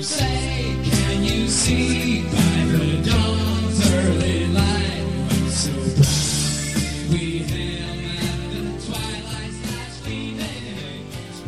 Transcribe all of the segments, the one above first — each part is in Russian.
say, can you see by the dawn's early light? So bright we hail at the twilight's last day.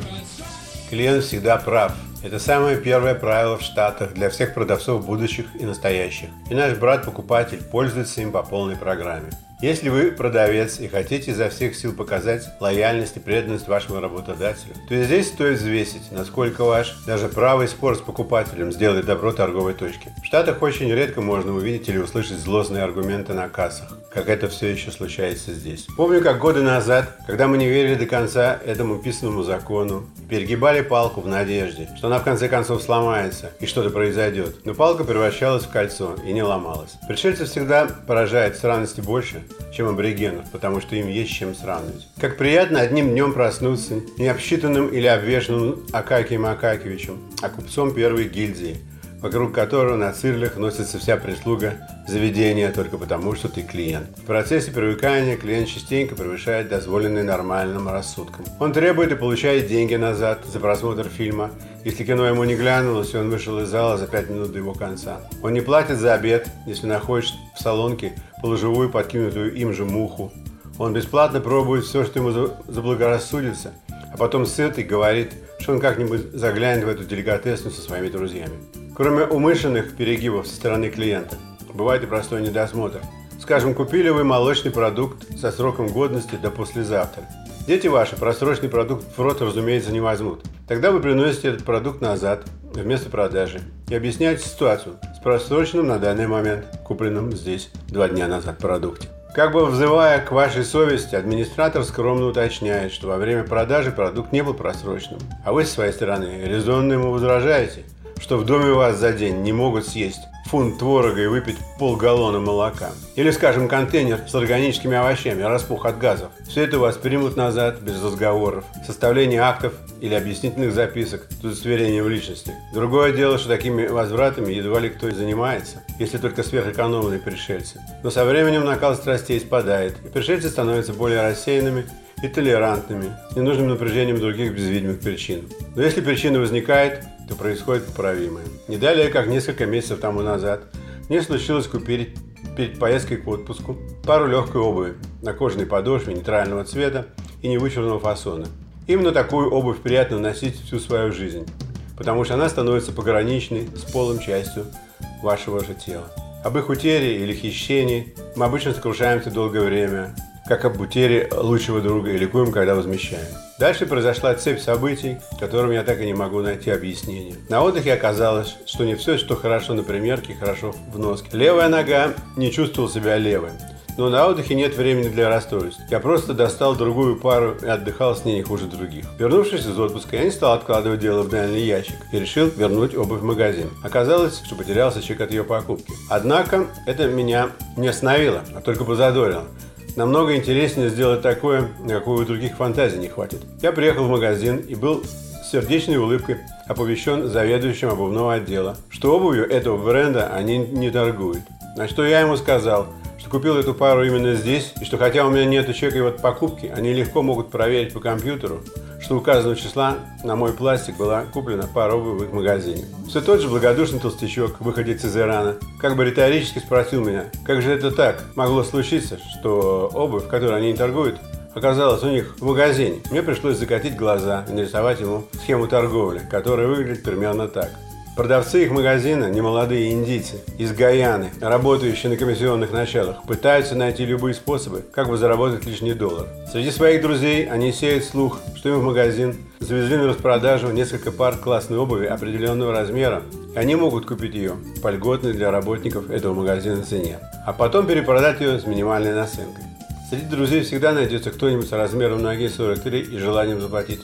Клиент всегда прав. Это самое первое правило в Штатах для всех продавцов будущих и настоящих. И наш брат-покупатель пользуется им по полной программе. Если вы продавец и хотите изо всех сил показать лояльность и преданность вашему работодателю, то и здесь стоит взвесить, насколько ваш даже правый спор с покупателем сделает добро торговой точке. В Штатах очень редко можно увидеть или услышать злостные аргументы на кассах, как это все еще случается здесь. Помню, как годы назад, когда мы не верили до конца этому писанному закону, перегибали палку в надежде, что она в конце концов сломается и что-то произойдет, но палка превращалась в кольцо и не ломалась. Пришельцев всегда поражает странности больше, чем аборигенов, потому что им есть с чем сравнивать. Как приятно одним днем проснуться не обсчитанным или обвешанным Акакием Акакевичем, а купцом первой гильдии, вокруг которого на цирлях носится вся прислуга заведения только потому, что ты клиент. В процессе привыкания клиент частенько превышает дозволенное нормальным рассудком. Он требует и получает деньги назад за просмотр фильма, если кино ему не глянулось, и он вышел из зала за 5 минут до его конца. Он не платит за обед, если находишь в салонке полуживую подкинутую им же муху. Он бесплатно пробует все, что ему заблагорассудится, а потом сыт и говорит, что он как-нибудь заглянет в эту деликатесну со своими друзьями. Кроме умышленных перегибов со стороны клиента, бывает и простой недосмотр. Скажем, купили вы молочный продукт со сроком годности до послезавтра. Дети ваши просроченный продукт в рот, разумеется, не возьмут. Тогда вы приносите этот продукт назад, вместо продажи, и объясняете ситуацию с просроченным на данный момент, купленным здесь 2 дня назад продукте. Как бы взывая к вашей совести, администратор скромно уточняет, что во время продажи продукт не был просроченным, а вы, с своей стороны, резонно ему возражаете, что в доме вас за день не могут съесть фунт творога и выпить полгаллона молока. Или, скажем, контейнер с органическими овощами распух от газов. Все это у вас примут назад без разговоров, составления актов или объяснительных записок с удостоверением личности. Другое дело, что такими возвратами едва ли кто и занимается, если только сверхэкономные пришельцы. Но со временем накал страстей спадает, и пришельцы становятся более рассеянными и толерантными, с ненужным напряжением других без видимых причин. Но если причина возникает, то происходит поправимое. Не далее, как несколько месяцев тому назад, мне случилось купить перед поездкой к отпуску пару легкой обуви на кожаной подошве нейтрального цвета и невычурного фасона. Именно такую обувь приятно носить всю свою жизнь, потому что она становится пограничной с полом частью вашего же тела. Об их утере или хищении мы обычно сокрушаемся долгое время, как об утере лучшего друга, и ликуем, когда возмещаем. Дальше произошла цепь событий, которым я так и не могу найти объяснение. На отдыхе оказалось, что не все, что хорошо на примерке, хорошо в носке. Левая нога не чувствовала себя левой. Но на отдыхе нет времени для расстройств. Я просто достал другую пару и отдыхал с ней не хуже других. Вернувшись из отпуска, я не стал откладывать дело в дальний ящик и решил вернуть обувь в магазин. Оказалось, что потерялся чек от ее покупки. Однако это меня не остановило, а только позадорило. Намного интереснее сделать такое, на какое у других фантазий не хватит. Я приехал в магазин и был с сердечной улыбкой оповещен заведующим обувного отдела, что обувью этого бренда они не торгуют. На что я ему сказал, что купил эту пару именно здесь, и что хотя у меня нет чека от покупки, они легко могут проверить по компьютеру, что указанного числа на мой пластик была куплена пара обуви в их магазине. Все тот же благодушный толстячок, выходец из Ирана, как бы риторически спросил меня, как же это так могло случиться, что обувь, которой они не торгуют, оказалась у них в магазине. Мне пришлось закатить глаза и нарисовать ему схему торговли, которая выглядит примерно так. Продавцы их магазина, немолодые индийцы, из Гаяны, работающие на комиссионных началах, пытаются найти любые способы, как бы заработать лишний доллар. Среди своих друзей они сеют слух, что им в магазин завезли на распродажу несколько пар классной обуви определенного размера, и они могут купить ее по льготной для работников этого магазина цене, а потом перепродать ее с минимальной наценкой. Среди друзей всегда найдется кто-нибудь с размером ноги 43 и желанием заплатить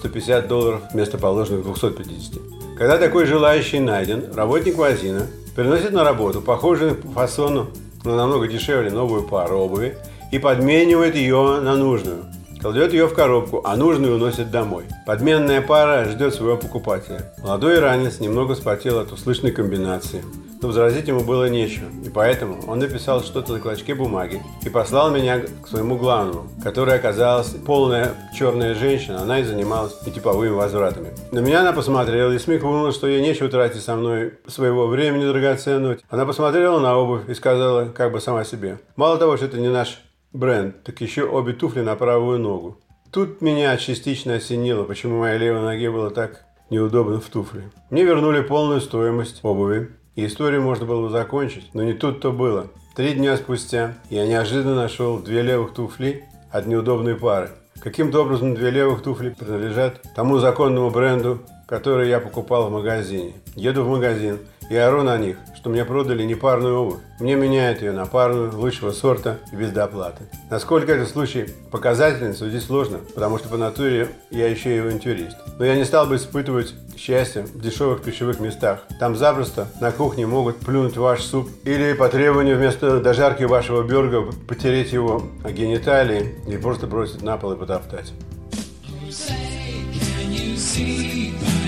$150 вместо положенных 250. Когда такой желающий найден, работник магазина приносит на работу похожую по фасону, но намного дешевле новую пару обуви и подменивает ее на нужную, кладет ее в коробку, а нужную уносит домой. Подменная пара ждет своего покупателя. Молодой иранец немного вспотел от услышанной комбинации, но возразить ему было нечего, и поэтому он написал что-то на клочке бумаги и послал меня к своему главному, которая оказалась полная черная женщина, она и занималась нетиповыми возвратами. На меня она посмотрела и смекнула, что ей нечего тратить со мной своего времени драгоценного. Она посмотрела на обувь и сказала, как бы сама себе: мало того, что это не наш бренд, так еще обе туфли на правую ногу. Тут меня частично осенило, почему моей левой ноге было так неудобно в туфле. Мне вернули полную стоимость обуви, и историю можно было бы закончить, но не тут-то было. 3 дня спустя я неожиданно нашел 2 левых туфли от неудобной пары. Каким-то образом 2 левых туфли принадлежат тому законному бренду, который я покупал в магазине. Еду в магазин и ору на них, что мне продали непарную обувь. Мне меняют ее на парную, лучшего сорта и без доплаты. Насколько этот случай показательный, судить сложно, потому что по натуре я еще и авантюрист. Но я не стал бы испытывать счастье в дешевых пищевых местах. Там запросто на кухне могут плюнуть ваш суп или по требованию вместо дожарки вашего бёргера потереть его о гениталии и просто бросить на пол и потоптать. Say, can you see?